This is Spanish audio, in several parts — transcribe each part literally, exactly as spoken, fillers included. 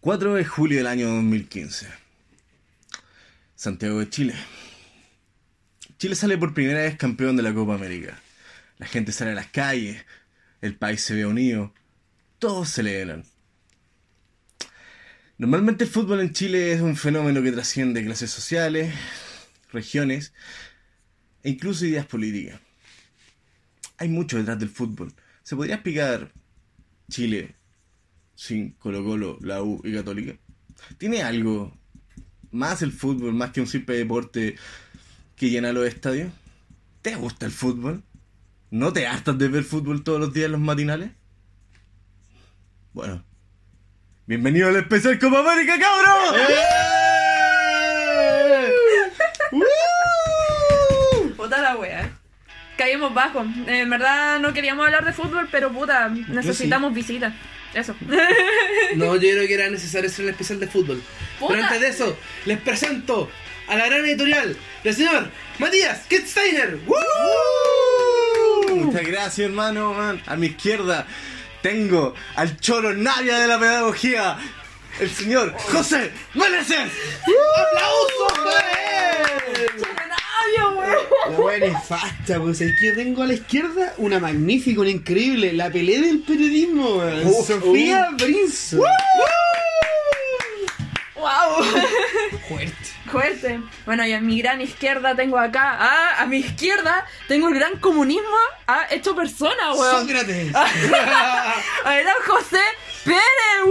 cuatro de julio del año dos mil quince. Santiago de Chile. Chile sale por primera vez campeón de la Copa América. La gente sale a las calles, el país se ve unido, todos celebran. Normalmente el fútbol en Chile es un fenómeno que trasciende clases sociales, regiones e incluso ideas políticas. Hay mucho detrás del fútbol. ¿Se podría explicar Chile sin Colo-Colo, la U y Católica? ¿Tiene algo más el fútbol, más que un simple deporte que llena los estadios? ¿Te gusta el fútbol? ¿No te hartas de ver fútbol todos los días en los matinales? Bueno, bienvenido al especial Copa América, cabros. ¡Eh! Puta la wea. Caímos bajo. En verdad no queríamos hablar de fútbol, pero puta, necesitamos sí. visitas. Eso. No, yo creo que era necesario hacer el especial de fútbol. Puta. Pero antes de eso, les presento a la gran editorial, el señor Matías Kitzsteiner. ¡Woo! Muchas gracias, hermano. Man. A mi izquierda tengo al choro Navia de la pedagogía, el señor José Meneses. ¡Aplausos, güey! La wea nefasta, pues es que yo tengo a la izquierda una magnífica, una increíble, la pelea del periodismo, uh, Sofía uh. Brinzo. ¡Wow! ¡Wow! Fuerte. Fuerte. Bueno, y a mi gran izquierda tengo acá, ah, a mi izquierda tengo el gran comunismo ah, hecho persona, weón. Sócrates. A ver, a José Pérez.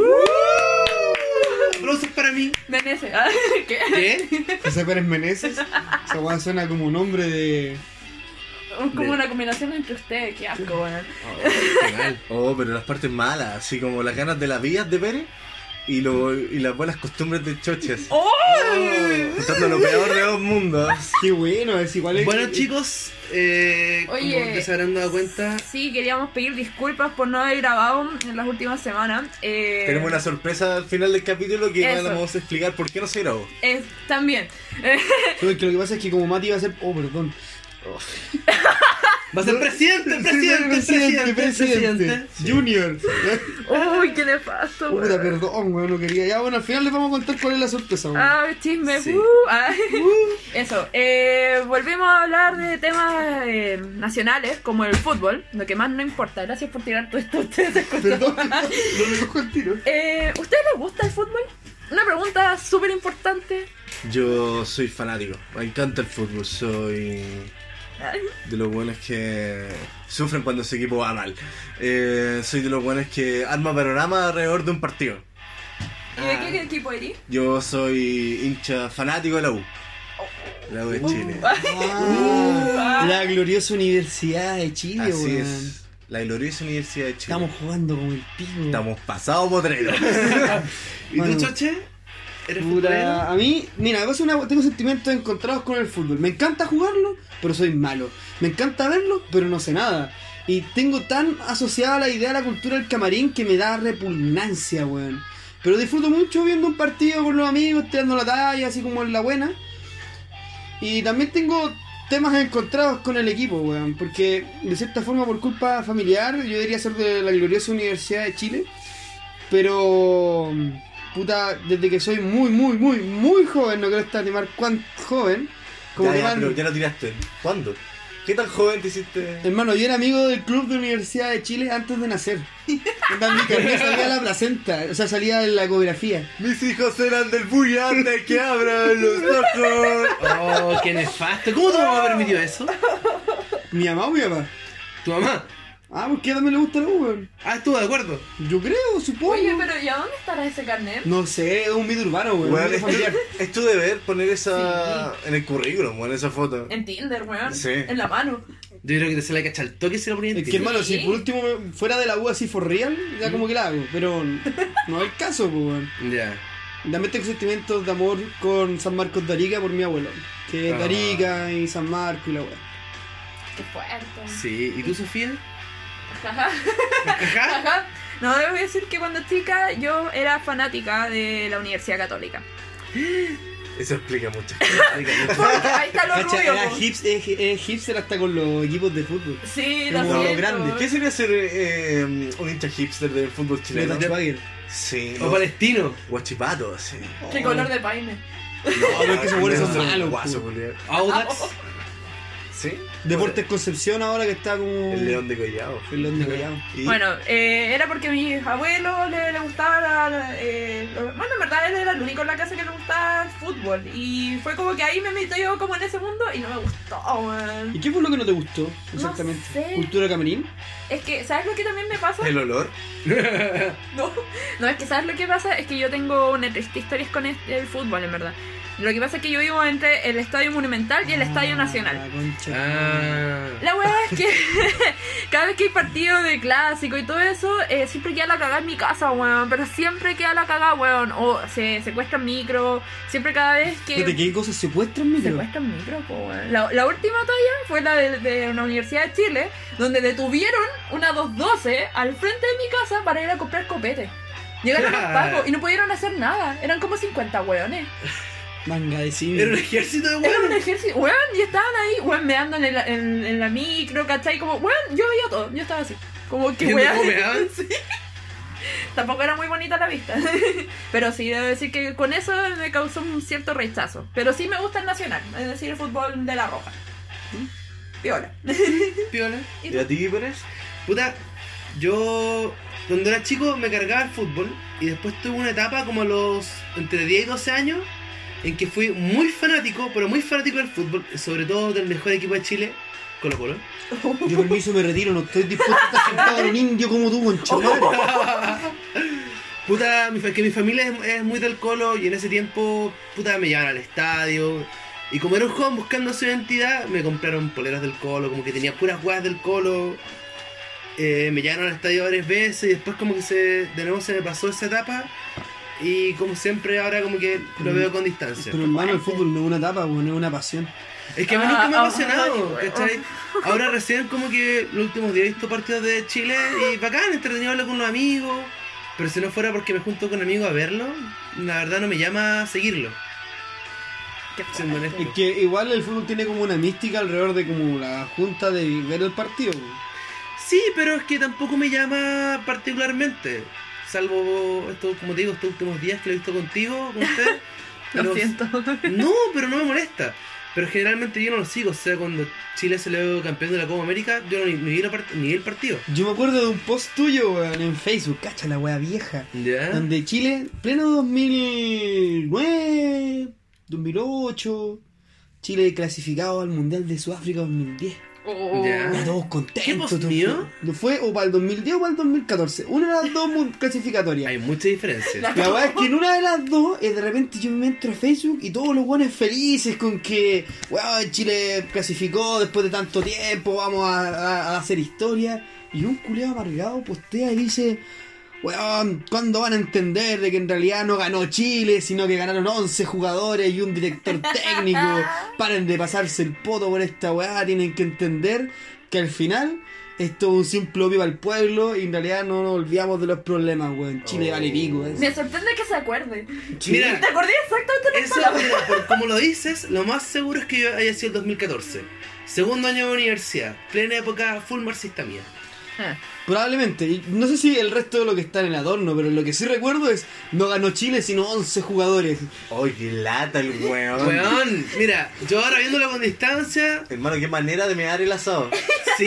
¡Uh! Aplausos para mí. Meneses. ¿Ah? ¿Qué? ¿Qué? José Pérez Meneses. Esa weá suena como un nombre de... Como de... una combinación entre ustedes. Qué asco, weón. Oh, oh, pero las partes malas, así como las ganas de las vías de Pérez y, lo, y las buenas costumbres de Choches. ¡Oh! Oh, juntando lo peor de dos mundos. Qué bueno, es igual. Es bueno, que... chicos, eh, Oye, como que se habrán dado cuenta. Sí, queríamos pedir disculpas por no haber grabado en las últimas semanas. Eh... Tenemos una sorpresa al final del capítulo que Eso. vamos a explicar por qué no se grabó. Es, también. Lo que pasa es que como Mati va a ser... Oh, perdón. Oh. Va a ser presidente, presidente, presidente, presidente, presidente, presidente. Junior. Uy, qué nefasto, güey. Puta, perdón, güey, no quería. Ya, bueno, al final les vamos a contar cuál es la sorpresa, güey. Ah, chisme. Sí. Uh, ah. uh. Eso. Eh, volvimos a hablar de temas eh, nacionales, como el fútbol, lo que más no importa. Gracias por tirar todo esto a ustedes. Perdón, no me cojo el tiro. Eh, ¿Ustedes les gusta el fútbol? Una pregunta súper importante. Yo soy fanático. Me encanta el fútbol. Soy... de los buenos que sufren cuando su equipo va mal. Eh, soy de los buenos que arma panorama alrededor de un partido. ¿Y de qué equipo eres? Yo soy hincha fanático de la U. La U de Chile. Ah, la gloriosa Universidad de Chile, Así weón. es. La gloriosa Universidad de Chile. Estamos jugando como el pico. Estamos pasados potreros. ¿Y bueno, tú, Choche? ¿Eres futbolero? A mí, mira, una, tengo sentimientos encontrados con el fútbol. Me encanta jugarlo, pero soy malo. Me encanta verlo, pero no sé nada. Y tengo tan asociada la idea de la cultura del camarín que me da repugnancia, weón. Pero disfruto mucho viendo un partido con los amigos, tirando la talla, así como en la buena. Y también tengo temas encontrados con el equipo, weón. Porque, de cierta forma, por culpa familiar, yo debería ser de la gloriosa Universidad de Chile. Pero... puta, desde que soy muy, muy, muy, muy joven, no quiero estimar cuán joven. Como ya, que ya, man... pero ya lo tiraste. ¿Cuándo? ¿Qué tan joven te hiciste? Hermano, yo era amigo del club de Universidad de Chile antes de nacer. En mi carnet salía la placenta, o sea, salía en la ecografía. Mis hijos eran del bully antes que abran los ojos. Oh, qué nefasto. ¿Cómo tu mamá permitió eso? ¿Mi mamá o mi papá? ¿Tu mamá? Ah, porque a también le gusta la U, weón. Ah, estuvo de acuerdo. Yo creo, supongo. Oye, pero ¿y a dónde estará ese carnet? No sé, es un mito urbano, weón. Bueno, es, tu, es tu deber poner esa sí. en el currículum, weón, esa foto. En Tinder, weón. Sí. En la mano. Yo creo que te se la cacha el toque si lo ponía en Es Tinder. que, hermano, sí. Si por último fuera de la U así for real, ya como que la hago. Pero no es el caso, pues, weón. Ya. Yeah. También tengo sentimientos de amor con San Marcos de Arica por mi abuelo. Que es de Arica y San Marcos y la weón. Qué fuerte. Sí, ¿y tú, Sofía? Ajá. Ajá. No, debo decir que cuando chica yo era fanática de la Universidad Católica. Eso explica mucho. Porque ahí está lo Cacha, rubio. era po. hips, es, es hipster hasta con los equipos de fútbol. Sí, lo Como siento. grande. ¿Qué sería ser eh, un hincha hipster del fútbol chileno? De Schwager. Sí, O no. palestino. Guachipato, sí. Tricolor de paine. No, pero es que esos buenos son un malos, guaso, po. culiao. Audax. ¿Sí? Deportes Concepción ahora que está como... El León de Collado. El León de Collado. ¿Y? Bueno, eh, era porque a mis abuelos le, le gustaba la, la- eh, lo- bueno, en verdad él era el único en la casa que le gustaba el fútbol. Y fue como que ahí me metí yo como en ese mundo y no me gustó, weón. ¿Y qué fue lo que no te gustó exactamente? No sé. ¿Cultura camarín? Es que, ¿sabes lo que también me pasa? El olor. No, no, es que ¿sabes lo que pasa? Es que yo tengo una triste historia con este- el fútbol, en verdad. Lo que pasa es que yo vivo entre el Estadio Monumental y el Estadio Ah, Nacional. concha. Ah. La weá es que cada vez que hay partido de clásico y todo eso, eh, siempre queda la cagada en mi casa, weón. Pero siempre queda la cagada, weón. O se secuestran micro, siempre cada vez que... Fíjate, ¿qué cosas secuestran, micro? Secuestran micro, po, weón. La, la última talla fue la de, de una Universidad de Chile, donde detuvieron una dos doce al frente de mi casa para ir a comprar copete. Llegaron los pacos y no pudieron hacer nada. Eran como cincuenta weones. Manga de cine. Era un ejército de Era un huevos. ejército, weón, y estaban ahí, weón, meando en, el- en, en la micro, ¿cachai? Como, weón, yo veía todo, yo estaba así. Como que, ¿Viendo weón. cómo meaban? Sí. Tampoco era muy bonita la vista. Pero sí, debo decir que con eso me causó un cierto rechazo. Pero sí me gusta el nacional, es decir, el fútbol de la roja. Piola. Piola. ¿Y ¿Y tú? a ti, Pérez? Puta, yo cuando era chico me cargaba el fútbol y después tuve una etapa como a los entre diez y doce años en que fui muy fanático, pero muy fanático del fútbol, sobre todo del mejor equipo de Chile, Colo Colo. Yo permiso me retiro, no estoy dispuesto a estar sentado en un indio como tú, conchamadre. Puta, mi, fa- que mi familia es, es muy del Colo y en ese tiempo, puta, me llevaban al estadio. Y como era un joven buscando su identidad, me compraron poleras del Colo, como que tenía puras huevas del Colo. Eh, me llevaron al estadio varias veces y después como que se de nuevo se me pasó esa etapa. Y como siempre ahora como que lo veo con distancia. Pero hermano, el fútbol no es una etapa, weón, es una pasión. Es que a mí nunca me ha Ah, apasionado, ay, ¿cachai? Ahora recién como que los últimos días he visto partidos de Chile y bacán, entretenido hablar con los amigos. Pero si no fuera porque me junto con amigos a verlo, la verdad no me llama a seguirlo. Qué Siendo fuerte. honesto. Es que igual el fútbol tiene como una mística alrededor de como la junta de ver el partido, weón. Sí, pero es que tampoco me llama particularmente. Salvo esto, como te digo, estos últimos días que lo he visto contigo, con usted. Lo Pero- siento. No, pero no me molesta. Pero generalmente yo no lo sigo. O sea, cuando Chile se le campeón de la Copa América, yo no ni, ni vi, la part- ni vi el partido. Yo me acuerdo de un post tuyo, weón, en Facebook, cacha la wea vieja. ¿Ya? Donde Chile, pleno dos mil nueve, dos mil ocho, Chile clasificado al Mundial de Sudáfrica dos mil diez. Oh. Ya. Ya todos contentos. ¿Qué post todos mío? fue- Fue o para el dos mil diez o para el dos mil catorce. Una de las dos mun- clasificatorias. Hay mucha diferencia. La- La verdad es que en una de las dos, eh, de repente yo me entro a Facebook y todos los buenos felices con que, weón, Chile clasificó después de tanto tiempo, vamos a, a- a hacer historia. Y un culiao amargado postea y dice, weón, ¿cuándo van a entender de que en realidad no ganó Chile, sino que ganaron once jugadores y un director técnico? Paren de pasarse el poto por esta weá, tienen que entender que al final esto es un simple obvio al pueblo y en realidad no nos olvidamos de los problemas, weón. Chile Oh. vale pico, ¿eh? Me sorprende que se acuerde. Mira, ¿Te acordé exactamente de las eso, palabras? mira, por como lo dices, lo más seguro es que yo haya sido el dos mil catorce. Segundo año de universidad, plena época full marxista mía. Ah. Probablemente, y no sé si el resto de lo que está en el adorno, pero lo que sí recuerdo es no ganó Chile sino once jugadores. ¡Ay, qué lata el weón! Weón, mira, yo ahora viéndolo con distancia, Hermano, qué manera de mear el asado. sí.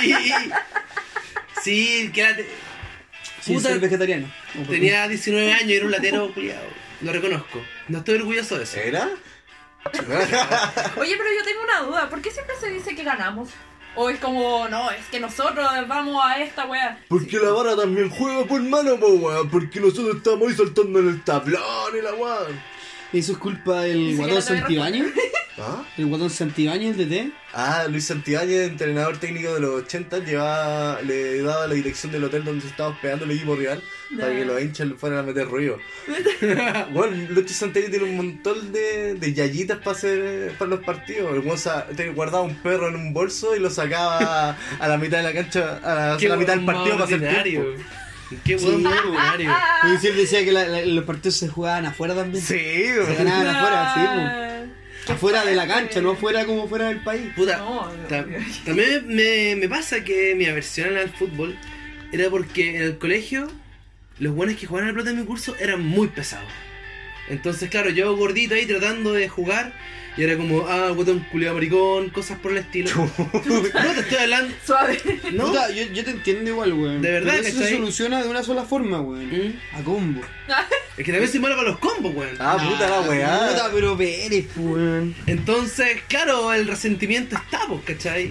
Sí, que la te- Sin Puta, ser vegetariano. O por- tenía diecinueve años y era un latero culiado. Lo reconozco. No estoy orgulloso de eso. ¿Era? Oye, pero yo tengo una duda. ¿Por qué siempre se dice que ganamos? O es como, no, es que nosotros vamos a esta wea. Porque la barra también juega por mano, po, weón. Porque nosotros estamos ahí saltando en el tablón y la weón. Eso es culpa del Dice que guatón no te voy a Santibáñez. ¿Ah? El guatón Santibáñez, el D T. Ah, Luis Santibáñez, entrenador técnico de los ochenta, llevaba, le daba la dirección del hotel donde se estaba hospedando el equipo rival para que los hinchas le fueran a meter ruido. Bueno, Luis Santibáñez tiene un montón de, de yayitas para hacer para los partidos. El weón sa- te guardaba un perro en un bolso y lo sacaba a la mitad de la cancha, a la, a la mitad del partido para hacer ordinario. tiempo. Qué Sí, buen weón. vocabulario. Porque si él decía que la- la- los partidos se jugaban afuera también. Sí, Se weón. ganaban afuera, sí, Ah, po. Afuera de la cancha, no afuera como fuera del país. Puta, No, ta- también me, me pasa que mi aversión al fútbol era porque en el colegio los buenos que jugaban a la pelota en mi curso eran muy pesados. Entonces, claro, yo gordito ahí tratando de jugar y era como, ah, botón culiado maricón, cosas por el estilo. No te estoy hablando, Suave. ¿no? Puta, yo, yo te entiendo igual, weón. De verdad, Pero eso se ¿cachai? soluciona de una sola forma, weón. ¿Mm? A combo. Es que también soy malo para los combos, weón. Ah, puta la weá. Puta, pero Pérez, weón. Entonces, claro, el resentimiento está, pues, ¿cachai?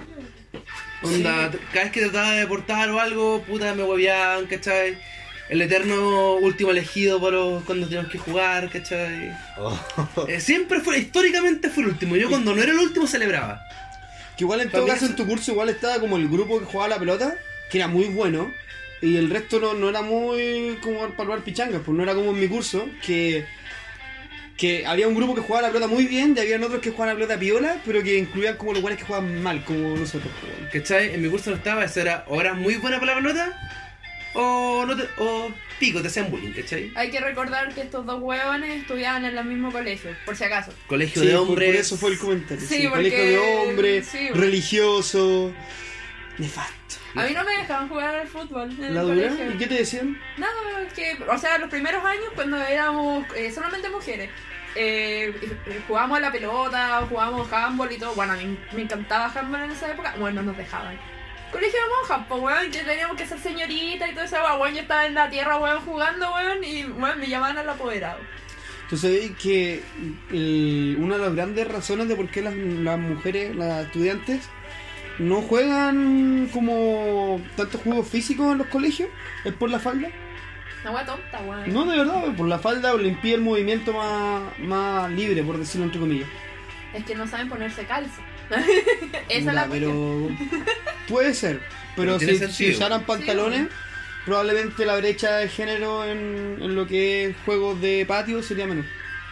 Onda, cada vez que trataba de deportar o algo, puta, me hueveaban, ¿cachai? El eterno último elegido para los- cuando teníamos que jugar, ¿cachai? Oh. Eh, siempre fue, históricamente fue el último. Yo cuando no era el último celebraba. Que igual en todo También caso eso- en tu curso igual estaba como el grupo que jugaba la pelota, que era muy bueno, y el resto no, no era muy como para jugar pichangas, pues no era como en mi curso, que que había un grupo que jugaba la pelota muy bien y habían otros que jugaban la pelota piola, pero que incluían como los jugadores que jugaban mal, como nosotros. pues, weón. ¿Cachai? En mi curso no estaba, eso era o eras muy buena para la pelota o no te, o pico, te hacían bullying, ¿cachai? Hay que recordar que estos dos huevones estudiaban en el mismo colegio, por si acaso. Colegio Sí, de por- hombres. Por eso fue el comentario. Sí, Sí, porque- colegio de hombres, sí, bueno. religioso, nefasto. A mí no me dejaban jugar al fútbol en ¿La el dura? colegio. ¿Y qué te decían? No, es que, o sea, los primeros años cuando éramos eh, solamente mujeres, eh, eh, jugábamos a la pelota, jugábamos handball y todo. Bueno, a mí me encantaba handball en esa época. Bueno, no nos dejaban. Colegio de monjas, pues, weón, que teníamos que ser señorita y todo eso, weón. Yo estaba en la tierra, weón, jugando, weón, y, weón, me llamaban al apoderado. Entonces veis que el- una de las grandes razones de por qué las, las mujeres, las estudiantes, no juegan como tantos juegos físicos en los colegios es por la falda. Una wea tonta, weón. No, de verdad, por la falda le impide el movimiento más, más libre, por decirlo entre comillas. Es que no saben ponerse calza. Esa es Puta, la cuestión. pero puede ser. Pero, Pero tiene si, sentido. si usaran pantalones, probablemente la brecha de género en, en lo que es juegos de patio sería menor.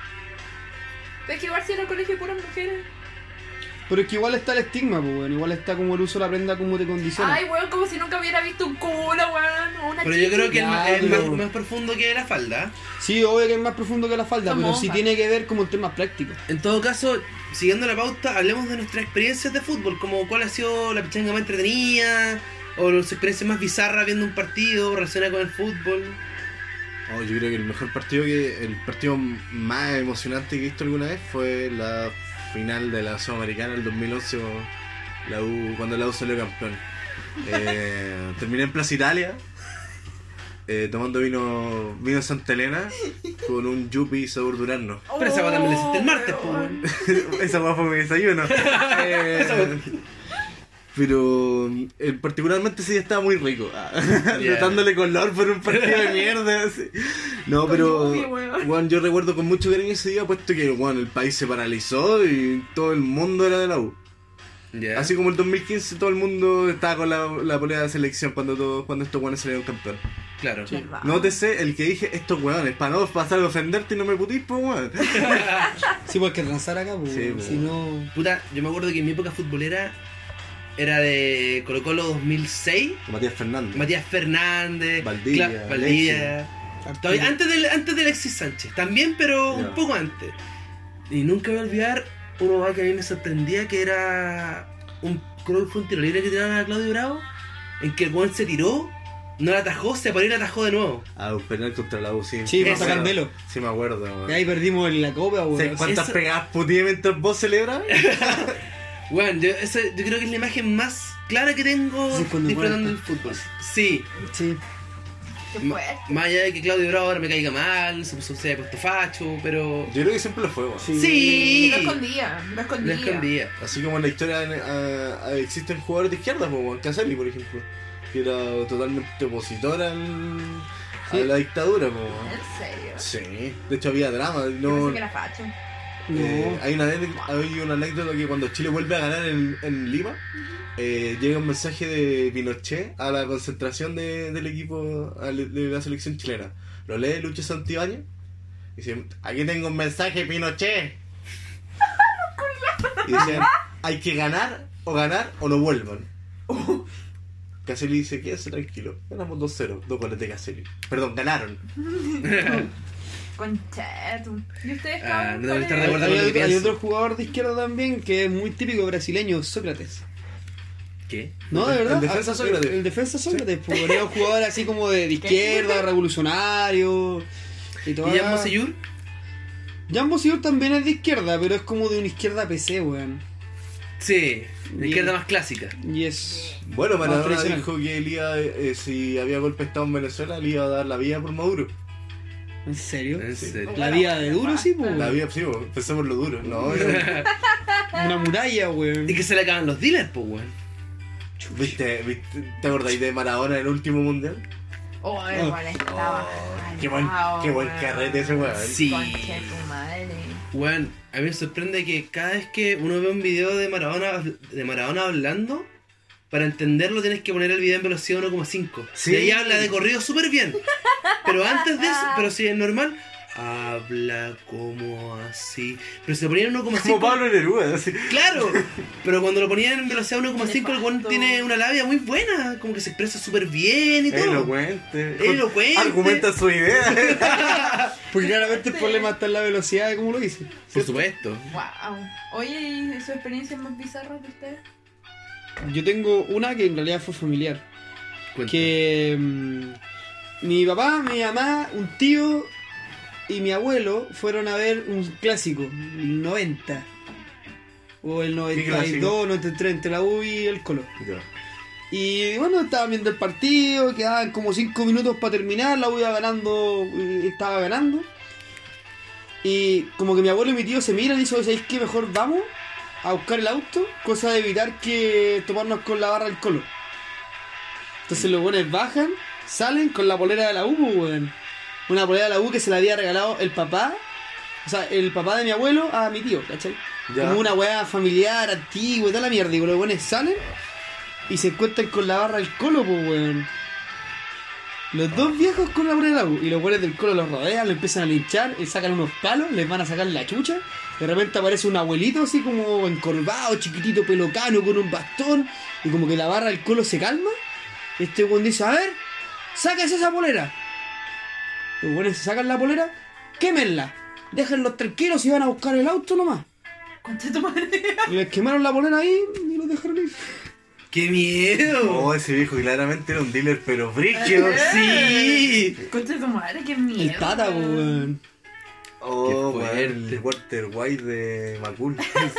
Pero es que igual si era el colegio de puras mujeres. Pero es que igual está el estigma, pues, bueno, igual está como el uso de la prenda como te condiciona. Ay, weón, como si nunca hubiera visto un culo, weón. O una Pero yo creo que es Ya, más, es pero- más- más profundo que la falda. Sí, obvio que es más profundo que la falda, Son pero sí monjas. tiene que ver como en temas prácticos. En todo caso, siguiendo la pauta, hablemos de nuestras experiencias de fútbol, como cuál ha sido la pichanga más entretenida, o las experiencias más bizarras viendo un partido relacionada con el fútbol. Oh, yo creo que el mejor partido que el partido más emocionante que he visto alguna vez fue la final de la Sudamericana del dos mil once, la U, cuando la U salió campeón. Eh, terminé en Plaza Italia eh, tomando vino vino Santa Elena con un yuppie sabor durazno. Pero esa weá también la hiciste el martes, po, weón. Esa fue mi desayuno. Eh, pero eh, particularmente ese día estaba muy rico. Ah, Yeah. Notándole color por un partido de mierda. Así. No, Con pero lluvia, weón. bueno, yo recuerdo con mucho cariño ese día, puesto que bueno, el país se paralizó y todo el mundo era de la U. Ya. Así como el dos mil quince todo el mundo estaba con la, la polea de selección cuando todo, cuando estos weones salieron campeón. Claro. Verdad. Nótese el que dije estos weones, para no pasar a ofenderte y no me putís, pues weón. Sí, porque transar acá, pues, Sí, weón, pues. si no... Puta, yo me acuerdo que en mi época futbolera era de Colo Colo dos mil seis, Matías Fernández. Matías Fernández, Valdivia, Cla- Valdivia. Todavía antes de, antes de Alexis Sánchez, también, pero Ya. un poco antes. Y nunca voy a olvidar uno más que a mí me sorprendía, que era un, creo que fue un tiro libre que tiraron a Claudio Bravo, en que el weón se tiró, no la atajó, se paró y la atajó de nuevo. Ah, un penal contra la U, sí. Sí, Eso. contra Candelo. Sí, me acuerdo, weón. Y ahí perdimos en la copa, ¿Sabes weón. cuántas Eso- pegadas puteé mientras vos celebrabas? Bueno, yo, ese, yo creo que es la imagen más clara que tengo Sí, cuando disfrutando del muere. fútbol. Sí, Sí. Qué M- fuerte. más allá de que Claudio Bravo ahora me caiga mal, se, puso, se haya puesto facho, pero... Yo creo que siempre lo fue, weón. Sí. Sí, Lo escondía, lo lo escondía. escondía. Así como en la historia ah, ah, existen jugadores de izquierda, como Juan Caselli, por ejemplo, que era totalmente opositor al, Sí. a la dictadura, po, weón. En serio. Sí, de hecho había drama. Yo No, pensé que era facho. No. eh, hay, una, ane- hay una anécdota que cuando Chile vuelve a ganar en, en Lima, eh, llega un mensaje de Pinochet a la concentración de- del equipo al- de la selección chilena. Lo lee Lucho Santibáñez y dice: aquí tengo un mensaje, Pinochet. Y decían: hay que ganar o ganar o no vuelvan. Caselli dice, quédese tranquilo, ganamos dos cero, dos goles de Caselli. Perdón, ganaron. Conchetum. ¿Y ustedes, Ah, cabrón? no ¿Cuál debe estar es? de acuerdo. Hay, con lo que otro, hay pienso. otro jugador de izquierda también que es muy típico brasileño, Sócrates. ¿Qué? No, de El- verdad. el defensa Ah, Sócrates. El, el defensa Sócrates, pues, era un jugador así como de, de izquierda, revolucionario. Y todo. ¿Y Jan Mosellur? Jan Bosillur también es de izquierda, pero es como de una izquierda P C, weón. Sí, la Y- izquierda más clásica. Y es. Bueno, Más Maradona tradicional. dijo que él iba, eh, si había golpe de Estado en Venezuela, le iba a dar la vida por Maduro. ¿En serio? En serio. La vida de duro, sí, pues. La vida, sí, pues, pensemos lo duro, ¿no? Una muralla, weón. Y que se le acaban los dealers, pues, weón. ¿Viste, viste, ¿Te acordáis de Maradona en el último mundial? Oh, el weón estaba. Oh, qué buen, jalado, qué buen weón. carrete ese weón. Sí. Conche tu madre. Weón, a mí me sorprende que cada vez que uno ve un video de Maradona, de Maradona hablando, para entenderlo tienes que poner el video en velocidad uno coma cinco. Sí. Y ahí habla de corrido súper bien. Pero antes de eso, pero si es normal, habla como así. Pero si lo ponían en uno coma cinco. Como Pablo Neruda, así. Claro, pero cuando lo ponían en velocidad uno coma cinco, el weón Nefasto. tiene una labia muy buena, como que se expresa súper bien y todo. Elocuente. Elocuente. Argumenta su idea. Porque claramente el problema está en la velocidad de cómo lo dice. Por supuesto. Wow. Oye, ¿y su experiencia más bizarra de ustedes? Yo tengo una que en realidad fue familiar. Cuenta. Que mm, mi papá, mi mamá, un tío y mi abuelo fueron a ver un clásico, el noventa. O el noventa y dos, noventa y tres, entre la U y el Colo. Ya. Y bueno, estaban viendo el partido, quedaban como cinco minutos para terminar, la U iba ganando, eh, estaba ganando. Y como que mi abuelo y mi tío se miran y dicen, ¿sabéis qué? Mejor vamos a buscar el auto, cosa de evitar que tomarnos con la barra del Colo. Entonces los buenos bajan, salen con la polera de la U, weón. Una polera de la U que se la había regalado el papá, o sea, el papá de mi abuelo a mi tío, ¿cachai? Ya. Como una weá familiar, antigua y toda la mierda. Y los buenos salen y se encuentran con la barra del Colo, pues, weón. Los dos viejos con la polera de la U. Y los buenos del Colo los rodean, le empiezan a linchar, le sacan unos palos, les van a sacar la chucha. De repente aparece un abuelito así como encorvado, chiquitito, pelocano, con un bastón. Y como que la barra del Colo se calma. Y este weón dice, a ver, sáquese esa polera. Los buenos se sacan la polera, quémenla. Déjenlos tranquilos y van a buscar el auto nomás. Conche tu madre. Y les quemaron la polera ahí y los dejaron ir. ¡Qué miedo! Oh, ese viejo claramente era un dealer, pero brígido. Sí. Conche tu madre, qué miedo. El tata, po, weón. Oh, Qué weón, fuerte. el Walter White de Macul.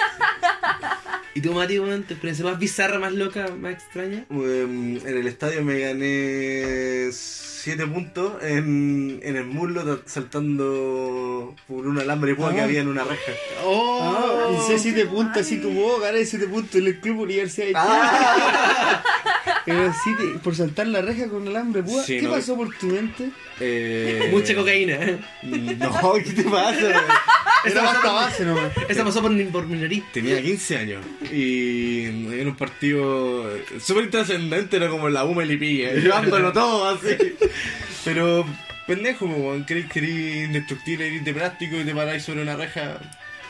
¿Y tú, Mati, weón, tu experiencia más bizarra, más loca, más extraña? Um, en el estadio me gané siete puntos en, en el muslo ta- saltando por un alambre de púa Ah. que había en una reja. ¡Oh! Ah, hice siete puntos así como vos, gané siete puntos en el club Universidad de Chile. Ah. Pero sí, te- por saltar la reja con alambre púa. Sí, ¿Qué no. pasó por tu mente? Eh, Mucha cocaína. ¿eh? No, ¿qué te pasa? Era hasta base nomás. Esa pasó por, por mi nariz. Tenía quince años y en un partido súper intrascendente, era como la U Melipilla, llevándolo todo así. Pero pendejo, weón, querés que eres indestructible, eres de plástico y te paráis sobre una reja.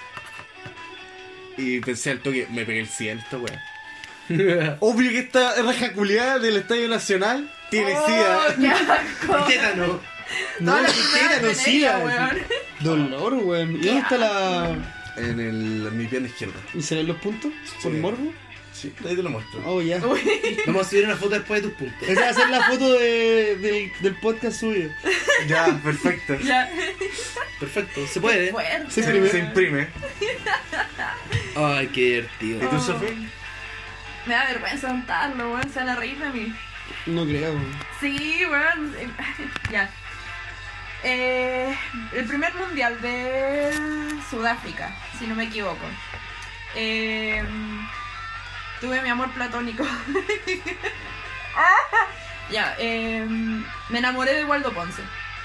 Y pensé al toque, me pegué el cien esta weá. Obvio que esta reja culiada del Estadio Nacional tiene Oh, sida. qué asco. Tétano. No, Toda la la primera tijera, no vez en sí. ella, weón. Dolor, weón. ¿Y dónde está la. En, el, en mi pierna izquierda. ¿Y se ven los puntos? ¿Por Sí. morbo? Sí, ahí te lo muestro. Oh, ya. Uy, Vamos a subir una foto después de tus puntos. Esa va a ser la foto de, del, del podcast suyo. Ya, perfecto. ya. Perfecto, se puede. Fuerte. Se Se, imprime. se imprime. Ay, qué ¿Y divertido. tú, Oh. Sofía? Me da vergüenza contarlo, weón. Se van a reír de mí. No creo, weón. Sí, weón. Ya. Eh, el primer mundial de Sudáfrica, si no me equivoco. Eh, tuve mi amor platónico. Ya, eh, me enamoré de Waldo Ponce.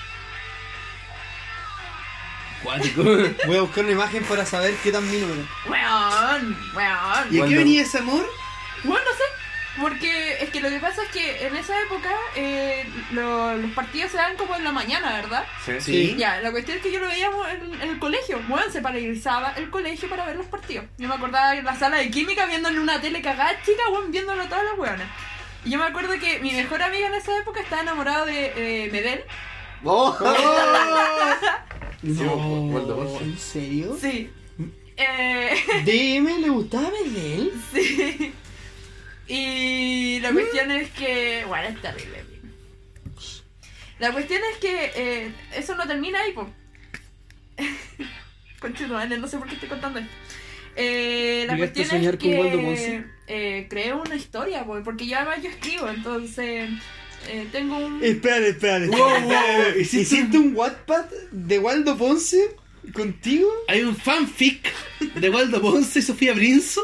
Cuático. Voy a buscar una imagen para saber qué tan mino era. Weón, weón. ¿Y a qué Cuando- venía ese amor? Bueno, no sé. Porque es que lo que pasa es que en esa época eh, lo- los partidos se dan como en la mañana, ¿verdad? Sí. Sí. Ya, la cuestión es que yo lo veíamos en, en el colegio. Bueno, se paralizaba el colegio para ver los partidos. Yo me acordaba en la sala de química viendo en una tele cagada chica, bueno, viéndolo todas las weonas. Y yo me acuerdo que mi mejor amiga en esa época estaba enamorada de eh, Medel. ¡Oh! No, Waldo Ponce. ¿en serio? Sí. Eh, ¿D M le gustaba Medel? sí. Y la cuestión es que... Bueno, es terrible. La cuestión es que eh, eso no termina ahí, po. Conchetumare, no sé por qué estoy contando esto. Eh, la ¿Llegaste cuestión a soñar es con Waldo que Ponce? eh, creé una historia, po, porque yo además yo escribo, entonces eh, tengo un... Espérate, espérate. Wow, wow, espérate. ¿hiciste ¿Hiciste un Wattpad de Waldo Ponce contigo? Hay un fanfic de Waldo Ponce y Sofía Brinzo.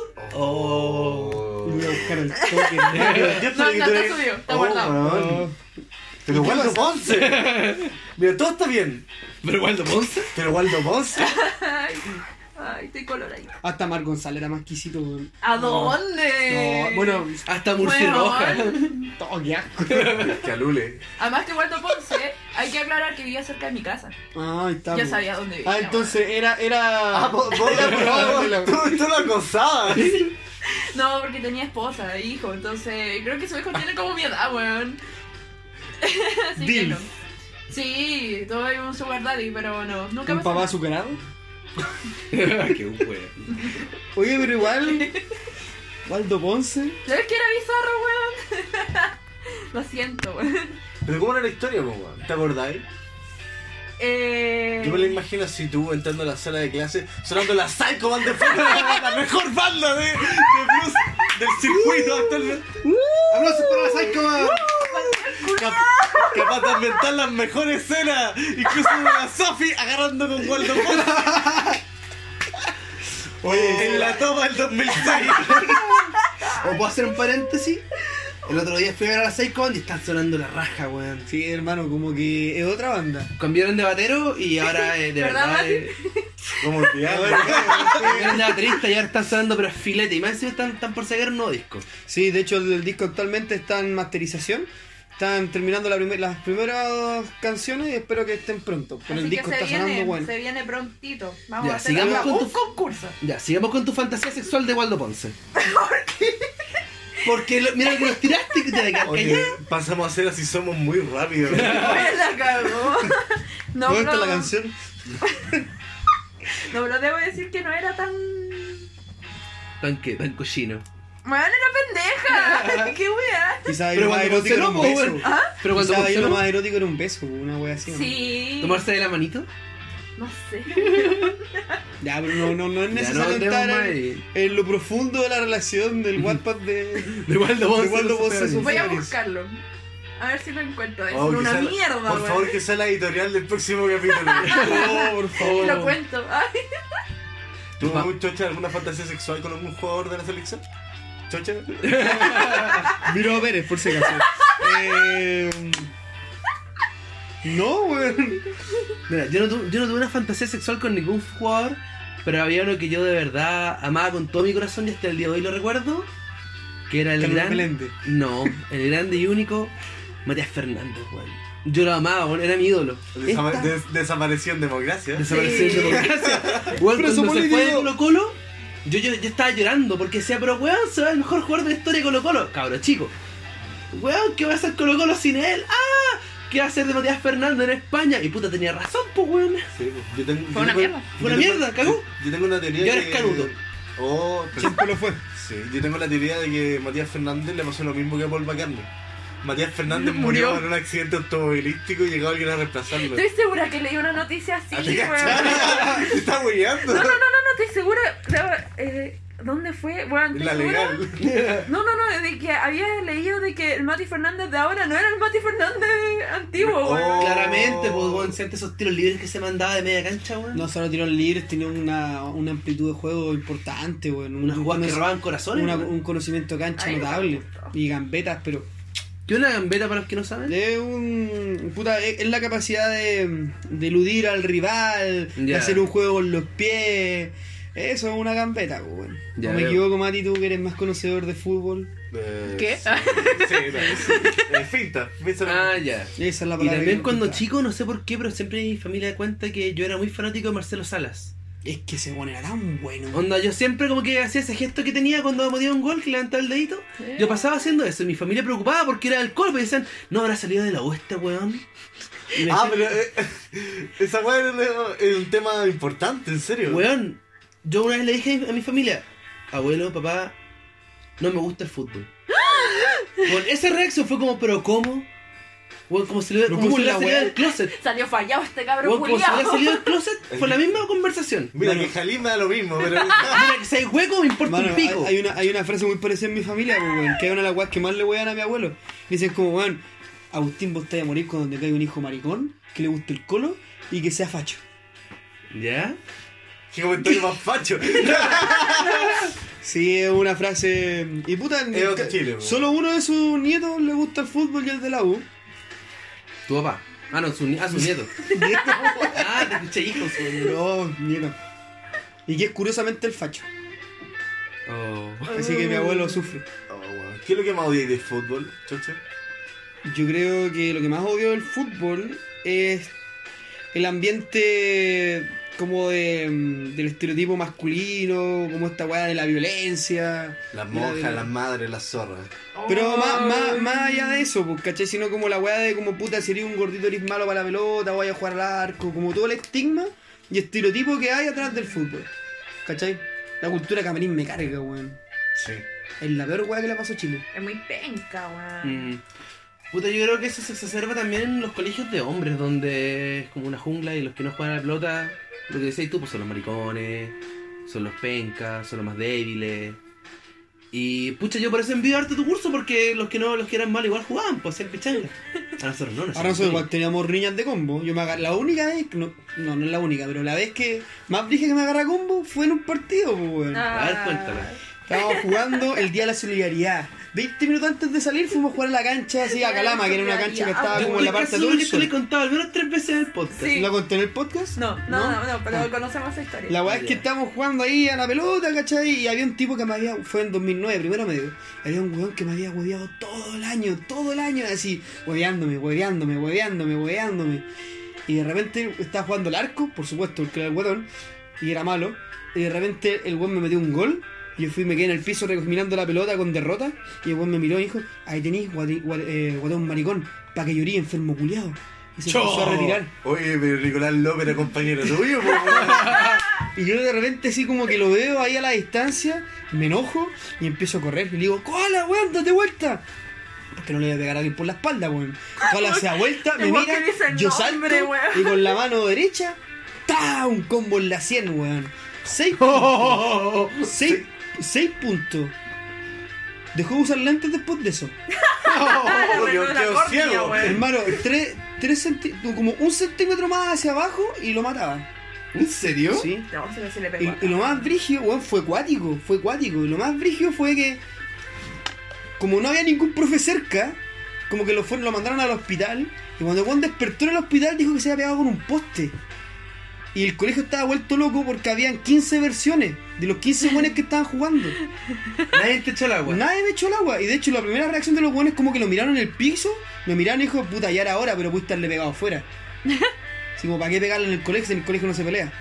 Oh. Y voy a buscar el toque. Yo No, estoy- no está subido, está guardado. weón. Pero ¿Y qué Waldo pasa? Ponce. Mira, todo está bien. ¿Pero Waldo Ponce? Pero Waldo Ponce. Ay, ay, estoy color ahí. Hasta Mar González era más exquisito, weón. ¿A dónde? No, bueno, Hasta Murciroja. Weón. todo qué asco. Calule. Además que Waldo Ponce, hay que aclarar que vivía cerca de mi casa. Ah, ahí está. Ya po. sabía dónde vivía. Ah, entonces era. era... Ah, vos, vos, era probable la- tú, tú lo acosabas. weón. No, porque tenía esposa e hijo, entonces creo que su hijo tiene como mi edad, weón. Así que Dilf. no. Sí, tuve un sugar daddy, pero no, nunca ¿Un pasó papá nada. azucarado? Qué wea. Oye, pero igual. Waldo Ponce. ¿Sabes que era bizarro, weón? Lo siento, weón. Pero ¿cómo era la historia, po, weón? ¿Te acordáis? Eh... Yo me la imagino así tú entrando a la sala de clase, sonando la Psycho Band de fondo, la mejor banda de, de blues del circuito actualmente. ¡Aplausos para la Psycho Man! Cap- capaz de inventar las mejores escenas, incluso de la Sophie agarrando con Waldo Ponce. Oye, En la toma del dos mil seis. ¿O puedo hacer un paréntesis? El otro día fui a ver a la Psycho Band y están sonando la raja, weón. sí, hermano, como que es otra banda. Cambiaron de batero y ahora eh, de ¿Verdad, verdad. Mati? eh, Como olvidar. Cambiaron de baterista y ahora están sonando pero filete. Y más encima están, están por sacar un nuevo disco. Sí, de hecho el, el disco actualmente está en masterización. Están terminando la primer- las primeras canciones y espero que estén pronto. Pero Así el que disco se está viene, sonando bueno. se viene prontito. Vamos Ya, a hacer sigamos ahora con un tu- concurso. Ya, sigamos con tu fantasía sexual de Waldo Ponce. ¿Por qué? Porque lo- mira que los tiraste y que te la quedaste Oye, callado. pasamos a ser así, somos muy rápidos. Me la cagó. No, ¿Dónde está pero- la canción? No, pero debo decir que no era tan... Tan que, tan cochino. Bueno, era pendeja. Qué wea. Quizás ahí Pero lo más cuando erótico era un Ponce no, beso. po, weón. Pero cuando Quizás ahí Ponce lo no, más erótico era un beso, una wea así. ¿no? Sí. tomarse de la manito. No sé. Ya, pero no, no, no es Ya, necesario no andemos entrar más en, ahí. en lo profundo de la relación del Wattpad de... De Waldo Ponce. De Waldo no se Ponce, puede su- abrir. Voy a Feliz. buscarlo. A ver si lo encuentro. Es Oh, que una sea la- mierda, Por weón. favor, que sea la editorial del próximo capítulo. Oh, por favor. Lo cuento. Ay. ¿Tú, Chocha, alguna fantasía sexual con algún jugador de la selección? ¿Chocha? Miro a Pérez, por si acaso. eh... No, weón. Mira, yo no, tu- yo no tuve una fantasía sexual con ningún jugador, pero había uno que yo de verdad amaba con todo mi corazón y hasta el día de hoy lo recuerdo, que era el Carlos gran... Meléndez. No, el grande y único Matías Fernández, weón. Yo lo amaba, weón, era mi ídolo. Desama- Esta- des- desapareció en democracia. Desapareció Sí. en democracia. Weón, Preso cuando se fue de político. Colo Colo, yo, yo, yo estaba llorando porque decía, pero weón, se va el mejor jugador de la historia de Colo Colo. Cabro chico. Weón, ¿qué va a hacer Colo Colo sin él? ¡Ah! ¿Qué va a hacer de Matías Fernández en España? Y puta, tenía razón, pues weón. Sí, pues, yo tengo, Fue yo una tengo- mierda. yo Fue una tengo- mierda, cagó. Yo, yo tengo una teoría Y ahora que... es Canuto. Oh, pero- Siempre lo fue. sí, yo tengo la teoría de que Matías Fernández le pasó lo mismo que a Paul McCartney. Matías Fernández Murió. murió en un accidente automovilístico y llegó alguien a reemplazarlo. Estoy segura que leí una noticia así, ¿Ah, te weón. cachai? ¿Te está hueando? No, no, no, no, no, estoy segura. de- eh, ¿Dónde fue? Bueno, estoy La segura. legal. No, no, no, de que había leído de que el Mati Fernández de ahora no era el Mati Fernández antiguo, Oh. weón. Claramente, pues weón, si antes esos tiros libres que se mandaba de media cancha, weón. No solo tiros libres, tenía una, una amplitud de juego importante, weón. Unas Un jugadas que conoc- robaban corazones. una- weón. un conocimiento de cancha Ay, notable. me gustó. Y gambetas, pero ¿Qué es una gambeta para los que no saben? es un. Puta, es, es la capacidad de, de eludir al rival, de Ya. hacer un juego con los pies. Eso es una gambeta, pues, weón. Ya No me veo. equivoco, Mati, tú que eres más conocedor de fútbol. Eh, ¿Qué? Sí, sí, sí. Eh, finta. finta. Ah, ya. Esa es la Y palabra. también que cuando buscaba. chico, no sé por qué, pero siempre mi familia cuenta que yo era muy fanático de Marcelo Salas. Es que ese weón era tan bueno. Onda, yo siempre como que hacía ese gesto que tenía cuando metía un gol, que levantaba el dedito. Sí. Yo pasaba haciendo eso y mi familia preocupada porque era alcohol, pero decían, no, habrá salido de la U este weón. Y me Ah, decían, pero eh, esa weá es- es un tema importante, en serio. weón, yo una vez le dije a mi familia, abuelo, papá, no me gusta el fútbol. Weón, esa reacción fue como, pero ¿cómo? Weón, como si le ¿Pero como cómo si la hubiera salido weá? del closet. Salió fallado este cabrón Weón, como si hubiera culiao. salido del closet, fue la misma conversación. Mira, Mira, que Jalí me da lo mismo, pero. mira que si hay hueco me importa Mano, un hay, pico. hay una, hay una frase muy parecida en mi familia, pues, weón, que es una de las weas que más le wean a mi abuelo. Dicen como, weón, Agustín, vos estáis a morir cuando te caiga un hijo maricón, que le guste el colo y que sea facho. ¿Ya? Qué comentario más facho. Sí, es una frase. Y puta, Es otro ca- Chile, weón. solo uno de sus nietos le gusta el fútbol y el de la U. Tu papá. Ah, no, su, ni- ah, su nieto. Ah, te escuché hijos. weón. No, nieto. Y que es curiosamente el facho. Oh. Así que mi abuelo sufre. Oh, weón. ¿Qué es lo que más odiáis del fútbol, Chocho? Yo creo que lo que más odio del fútbol es el ambiente como de, mm, del estereotipo masculino, como esta weá de la violencia. Las de la- de monjas, la- las madres, las zorras. Pero más, más, Ay. más allá de eso, pues, ¿cachai? Sino como la weá de como puta, si eres un gordito eres malo para la pelota, o vaya a jugar al arco, como todo el estigma y estereotipo que hay atrás del fútbol. ¿Cachai? La cultura camarín me carga, weón. Sí. Es la peor weá que le pasó a Chile. Es muy penca, weón. Mm. Puta, yo creo que eso se exacerba también en los colegios de hombres, donde es como una jungla y los que no juegan a la pelota, lo que decías tú, pues son los maricones, son los pencas, son los más débiles. Y pucha, yo por eso envío harto tu curso, porque los que no, los que eran malos igual jugaban, pues hacían pichanga. A nosotros no, Ahora nosotros igual teníamos riñas de combo. Yo me agar- la única vez, no, no, no es la única, pero la vez que más dije que me agarra combo fue en un partido, pues, weón. A ver, cuéntame. Estábamos jugando el Día de la Solidaridad. veinte minutos antes de salir fuimos a jugar a la cancha así a Calama, que era una cancha que estaba Yo como en la estoy parte casi seguro que adulta. te lo he contado al menos tres veces en el podcast. Sí. ¿La conté en el podcast? No, no, no, no, pero Ah. conocemos esa historia. La weá es Ya. que estábamos jugando ahí a la pelota, ¿cachai? Y había un tipo que me había, fue en dos mil nueve, primero medio. Había un weón que me había hueveado todo el año, todo el año, así, hueveándome, hueveándome, hueveándome, hueveándome. Y de repente estaba jugando el arco, por supuesto, porque era el guatón, y era malo. Y de repente el weón me metió un gol. Y yo fui y me quedé en el piso mirando la pelota con derrota. Y el weón me miró y dijo, ahí tenéis, guati- guat- eh, guatón maricón, pa' que llorí, enfermo culiado. Y se empezó a retirar. Oye, pero Nicolás López era compañero tuyo, pues, weón. Y yo de repente así como que lo veo ahí a la distancia, me enojo y empiezo a correr. Y le digo, ¡Cola, weón, date vuelta! Porque no le voy a pegar a alguien por la espalda, weón. Cola se da vuelta, me Igual mira, que dice el yo nombre, salto weón. y con la mano derecha, ¡ta! Un combo en la sien, weón. Seis, seis, seis puntos. Dejó de usar lentes después de eso. Porque Arregló la quedó córnea, ciego. weón. Hermano, tres, tres centi- como un centímetro más hacia abajo y lo mataba. ¿En serio? Sí. No, se le, se le pegó. Y, y lo más brígido, weón, fue cuático, fue cuático. Y lo más brígido fue que, como no había ningún profe cerca, como que lo fueron, lo mandaron al hospital. Y cuando Juan despertó en el hospital dijo que se había pegado con un poste. Y el colegio estaba vuelto loco porque habían quince versiones de los quince buenos que estaban jugando. Nadie te echó el agua. Nadie me echó el agua. Y de hecho la primera reacción de los buenos como que lo miraron en el piso, me miraron y dijo, puta, ya era hora, pero pudiste haberle pegado afuera. Así como, ¿para qué pegarle en el colegio si en el colegio no se pelea?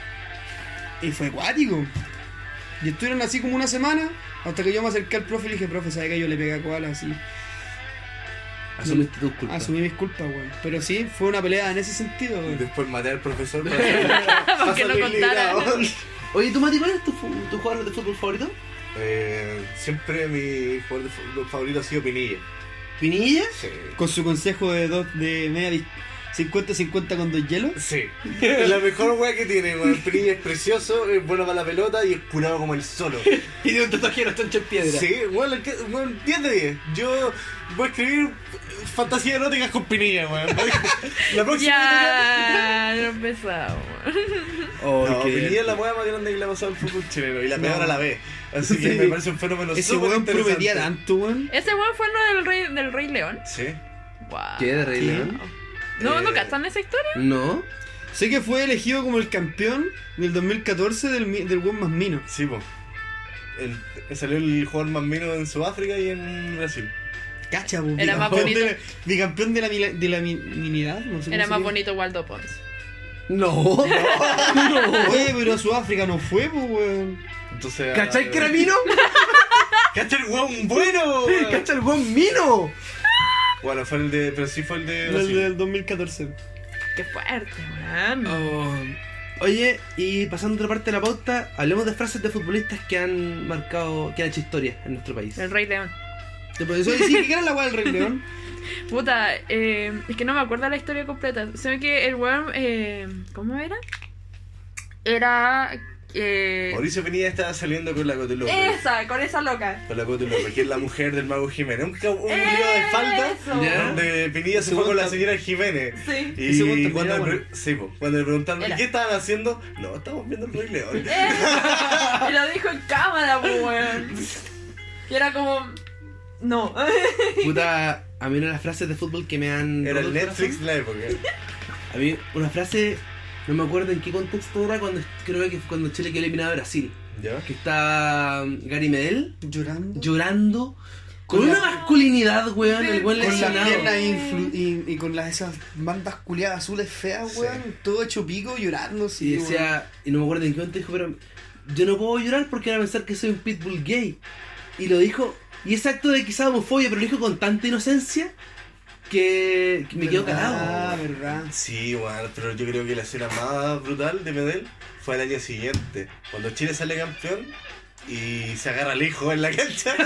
Y fue acuático. Y estuvieron así como una semana, hasta que yo me acerqué al profe y le dije, profe, ¿sabe que yo le pegué a Koala? Así. Asumiste tus culpas. Asumí mis culpas, weón. Pero sí, fue una pelea en ese sentido, Y weón. después maté al profesor para, Para que no salir contara. librado. Oye, ¿tú, Mati, cuál es tu, fu- tu jugador de fútbol favorito? Eh, siempre mi jugador de fútbol favorito ha sido Pinilla. ¿Pinilla? Sí. Con su consejo de dos, de media dis- cincuenta cincuenta con dos hielos. Sí. Es la mejor weá que tiene, weón. Pinilla es precioso, es bueno para la pelota y es curado como el solo. Y de un tatuaje los toncho en piedra. Sí, weón, que- weón, diez de diez. Yo voy a escribir fantasías eróticas con Pinilla, weón. La próxima. Ya, no empezamos. Oh, No, qué- Pinilla es la weá más grande que le ha pasado al fútbol chileno y la peor No. a la vez. Así que Sí. me parece un fenómeno Ese súper weón interesante. prometía tanto, weón. Ese weón fue uno del Rey, del Rey León. Sí. Wow. ¿Qué de Rey ¿Qué? León? ¿No, ¿No Eh, cachan esa historia? No. Sé que fue elegido como el campeón del dos mil catorce del, mi- del weón más mino. Sí, po. El, salió el jugador más mino en Sudáfrica y en Brasil. Cacha, po, Era más bicampeón bonito. de la- Bicampeón de la, mila- de la mi- minidad, no sé cómo Era se más llama. bonito Waldo Pons. No. No. Oye, pero a Sudáfrica no fue, pues, weón. Entonces, ¿Cachai ah, que era Mino? ¿Cachai el weón bueno? weón? ¿Cachai el buen Mino? Bueno, fue el de. Pero sí fue el de. El Brasil. del dos mil catorce. Qué fuerte, weón. Oh. Oye, y pasando a otra parte de la pauta, hablemos de frases de futbolistas que han marcado, que han hecho historia en nuestro país. El Rey León. ¿Te puedes decir que era la weá del Rey León? Puta, eh, es que no me acuerdo la historia completa. Sé que el weón, eh, ¿cómo era? Era... Eh, Mauricio Pinilla estaba saliendo con la Cote López. esa, con esa loca. Con la Cote López, que es la mujer del Mago Jiménez. Un, ca- un lío de falda Eso. Ya. donde Pinilla se fue con la señora Jiménez. Sí. Y Ese weón también cuando, era le, bueno. pre- sí, po, cuando le preguntaron Era. ¿qué estaban haciendo? No, estamos viendo el Rey León. Eh, y lo dijo en cámara, pues, weón. Y era como... No. Puta, a mí una de las frases de fútbol que me han... Era roto el el Netflix corazón, de la época. A mí una frase, no me acuerdo en qué contexto era, cuando creo que fue cuando Chile quedó eliminado a Brasil. ¿Ya? Que está Gary Medel Llorando. llorando con Con una la- masculinidad, weón, el buen Con las lesionado. piernas influ- y, y con las esas bandas culiadas azules feas, Sí. weón. Todo hecho pico llorando, Y sí, weón. decía, y no me acuerdo en qué momento dijo, pero yo no puedo llorar porque van a pensar que soy un pitbull gay. Y lo dijo, y ese acto de quizá homofobia, pero lo dijo con tanta inocencia que, que me quedo Ah, calado. verdad. Sí, bueno, pero yo creo que la escena más brutal de Medel fue el año siguiente, cuando Chile sale campeón y se agarra al hijo en la cancha.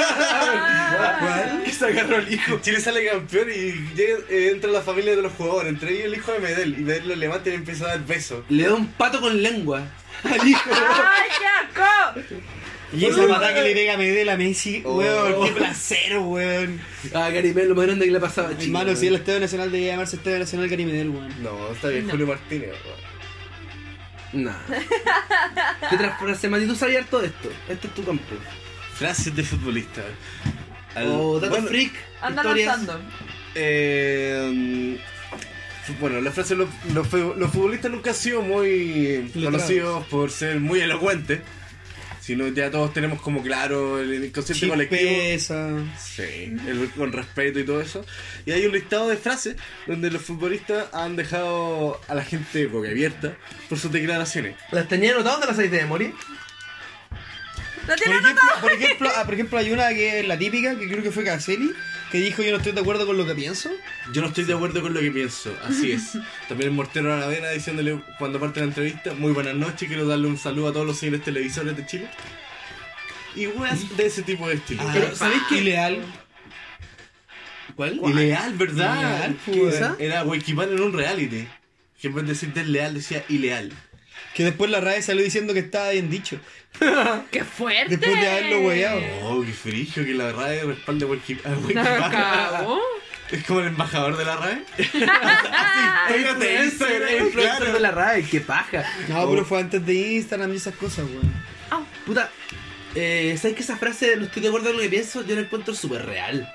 Ah. Que se agarró el hijo. Chile sale campeón y llega, eh, entra la familia de los jugadores, entre ellos el hijo de Medel, y Medel lo levanta y le empieza a dar besos. Le da un pato con lengua al hijo. ¡Ay, qué asco! Y esa patada que le pega a Medel a Messi, Oh. weón, qué placer, weón. Ah, Gary Medel, lo más grande que le pasaba a Chile. Hermano, weón. si el Estadio Nacional debería llamarse Estadio Nacional Gary Medel, weón. No, está bien, No. Julio Martínez. weón. Nah. ¿Qué otra frase, Mati? ¿Tú sabías todo esto? Este es tu campo. Frases de futbolistas. Al- O datos bueno, freak. Anda historias. lanzando. Eh, bueno, la frase, los, los, fu- los futbolistas nunca han sido muy Letrados. conocidos por ser muy elocuentes, sino ya todos tenemos como claro el inconsciente colectivo. Chispeza. Sí, el- con respeto y todo eso. Y hay un listado de frases donde los futbolistas han dejado a la gente boquiabierta por sus declaraciones. ¿Las tenía anotadas o te las sabéis de memoria? ¡Lo Por tiene ejemplo, por, ejemplo, ah, por ejemplo, hay una que es la típica, que creo que fue Caselli, que dijo yo no estoy de acuerdo con lo que pienso. Yo no estoy de acuerdo con lo que pienso, así es. También el Mortero Aravena diciéndole cuando parte la entrevista, muy buenas noches, quiero darle un saludo a todos los señores televisores de Chile. Y weas de ese tipo de estilo. Ah, Pero, ¿sabéis qué? Ileal. ¿Cuál? Ileal, ¿verdad? Ileal, ¿Qué pues. esa? Era Wikiman en un reality. Que en vez de decir desleal decía ileal. Que después la RAE salió diciendo que estaba bien dicho. ¡Qué fuerte! Después de haberlo hueado. Oh, qué frigio que la RAE respalde a Wiki- a ¡La Wikiman. cagó! Es como el embajador de la RAE. Influencer, Instagram, influencer claro. de la RAE, qué paja. No, Oh. pero fue antes de Instagram y esas cosas, weón. Puta, eh, ¿sabes que esa frase no estoy de acuerdo con lo que pienso? Yo la encuentro súper real.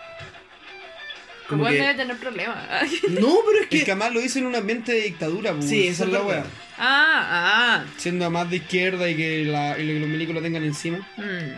Como Como él que- debe tener problemas. No, pero es Es que que. además lo hizo en un ambiente de dictadura, pues. Sí, esa eso es es la verdad. weá. Ah, Siendo más de izquierda y que, la, y que los milicos lo tengan encima. ah. Mm.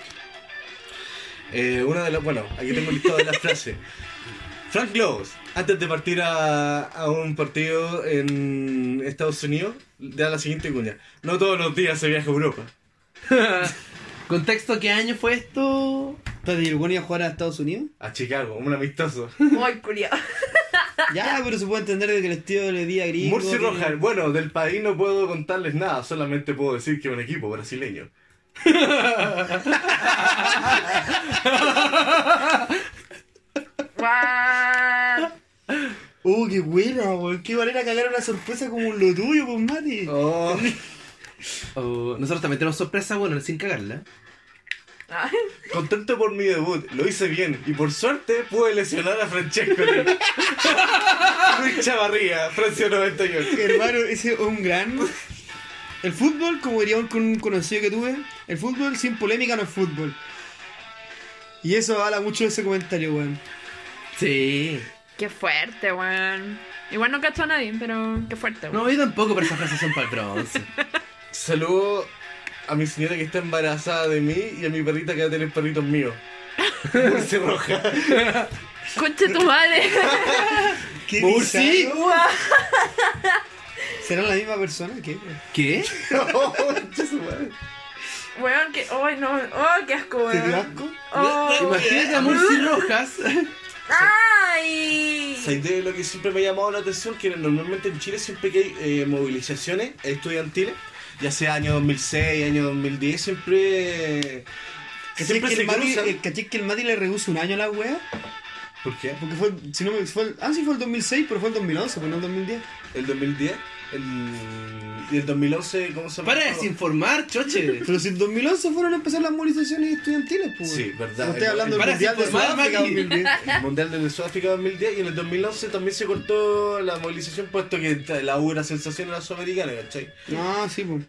Eh, una de las. Bueno, aquí tengo el listado de las frases. Frank Globos, antes de partir a, a un partido en Estados Unidos, da la siguiente cuña. No todos los días se viaja a Europa. ¿Contexto qué año fue esto? Espérate, ¿y el weón iba a jugar a Estados Unidos? A Chicago, un amistoso. Ay, culiao. Ya, pero se puede entender de que el estilo le di a gringo. Murci que- Rojas, bueno, del país no puedo contarles nada, solamente puedo decir que es un equipo brasileño. What? Oh, qué buena, weón. Qué manera de cagar una sorpresa como lo tuyo, pues, Mati. Oh. Oh, nosotros también tenemos sorpresa, bueno, sin cagarla. Ay, Contento por mi debut, lo hice bien y por suerte pude lesionar a Francesco. Luis Chavarría, Francia noventa y ocho. Hermano, ese es un gran. El fútbol, como diría un con- conocido que tuve, el fútbol sin polémica no es fútbol. Y eso habla mucho de ese comentario, weón. Sí. qué fuerte, weón. Igual no cacho a nadie, pero qué fuerte, weón. No, yo tampoco, pero esas frases son para el bronce. Saludo a mi señora que está embarazada de mí y a mi perrita que va a tener perritos míos. Murci Rojas. Conche tu madre. ¡Qué Murci. bizarro! ¿Será la misma persona? ¿Qué? ¿Qué? Weón, que. ¡Ay, no! ¡Oh, qué asco, ¿Te dio weón! asco? Oh, Imagínate a Murci Rojas. ¡Ay! ¿Sabes de lo que siempre me ha llamado la atención? Que normalmente en Chile siempre que hay eh, movilizaciones estudiantiles, ya sea año dos mil seis, año dos mil diez, siempre... ¿Cachai siempre que, se el Mati, cruzan. eh, ¿cachai que el Mati le reduce un año a la wea? ¿Por qué? Porque fue, si no me fue el, ah, sí fue el dos mil seis, pero fue el dos mil once, pues no el dos mil diez. ¿El dos mil diez? El... ¿Y el dos mil once cómo se llama? Para de desinformar, choche. Pero si en dos mil once fueron a empezar las movilizaciones estudiantiles, pues. Sí, verdad. No estoy hablando del Para Mundial de desinformar, Sudáfrica Mati. dos mil diez. El Mundial de Sudáfrica dos mil diez y en el dos mil once también se cortó la movilización puesto que la U era sensación en la Sudamericana, ¿cachai? Ah, sí, pues.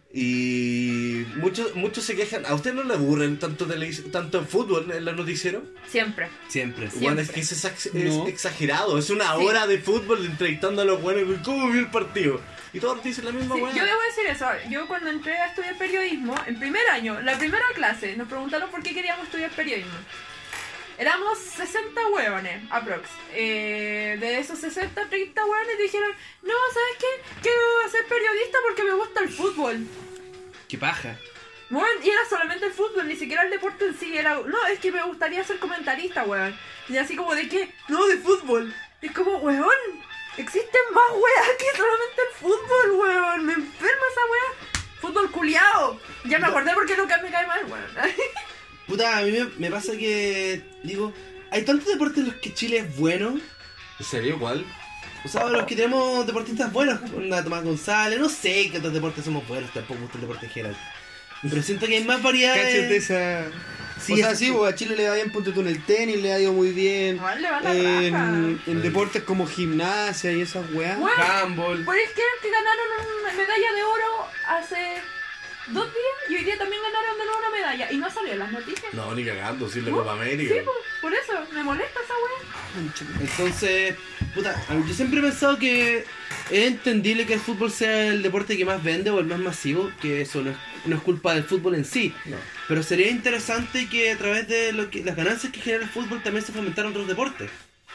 Y muchos muchos se quejan. ¿A usted no le aburren tanto televis- tanto en fútbol en los noticieros? Siempre. Siempre. Sí. Bueno, es que es, exa- es No. exagerado. Es una Sí. hora de fútbol entrevistando a los buenos. ¿Cómo vio el partido? Y todos dicen la misma Sí, weá. yo debo decir eso. Yo cuando entré a estudiar periodismo, en primer año, la primera clase, nos preguntaron por qué queríamos estudiar periodismo. Éramos sesenta hueones, aprox. Eh, de esos sesenta, treinta hueones dijeron, no, ¿sabes qué? Quiero ser periodista porque me gusta el fútbol. Qué paja. Bueno, y era solamente el fútbol, ni siquiera el deporte en sí. Era, no, es que me gustaría ser comentarista, weón. Y así como, ¿de qué? No, de fútbol. Y es como, weón, existen más weas que solamente el fútbol, weón. Me enferma esa wea. Fútbol culiao. Ya me acordé porque nunca me cae mal, weón. Puta, a mí me, me pasa que, digo, hay tantos deportes en los que Chile es bueno. ¿En serio? ¿Cuál? O sea, los que tenemos deportistas buenos, onda Tomás González, no sé qué otros deportes somos buenos, tampoco me gusta el deporte en general. Pero siento que hay más variedades. Cáchate esa. Sí, o sea, es- sí, pues a Chile le va bien, ponte tú en el tenis, le ha ido muy bien. Weón, le va la raja. En, en deportes como gimnasia y esas weas. Weón, Handball. ¿puedes creer que ganaron una medalla de oro hace dos días? Y hoy día también ganaron de nuevo una medalla. Y no salió en las noticias. No, ni cagando, sí, la ¿No? Copa América. Sí, pues, por eso, me molesta esa wea. Entonces, puta, a mí- yo siempre he pensado que es entendible que el fútbol sea el deporte que más vende o el más masivo, que eso no es, no es culpa del fútbol en sí. No. Pero sería interesante que a través de lo que, las ganancias que genera el fútbol también se fomentaran otros deportes.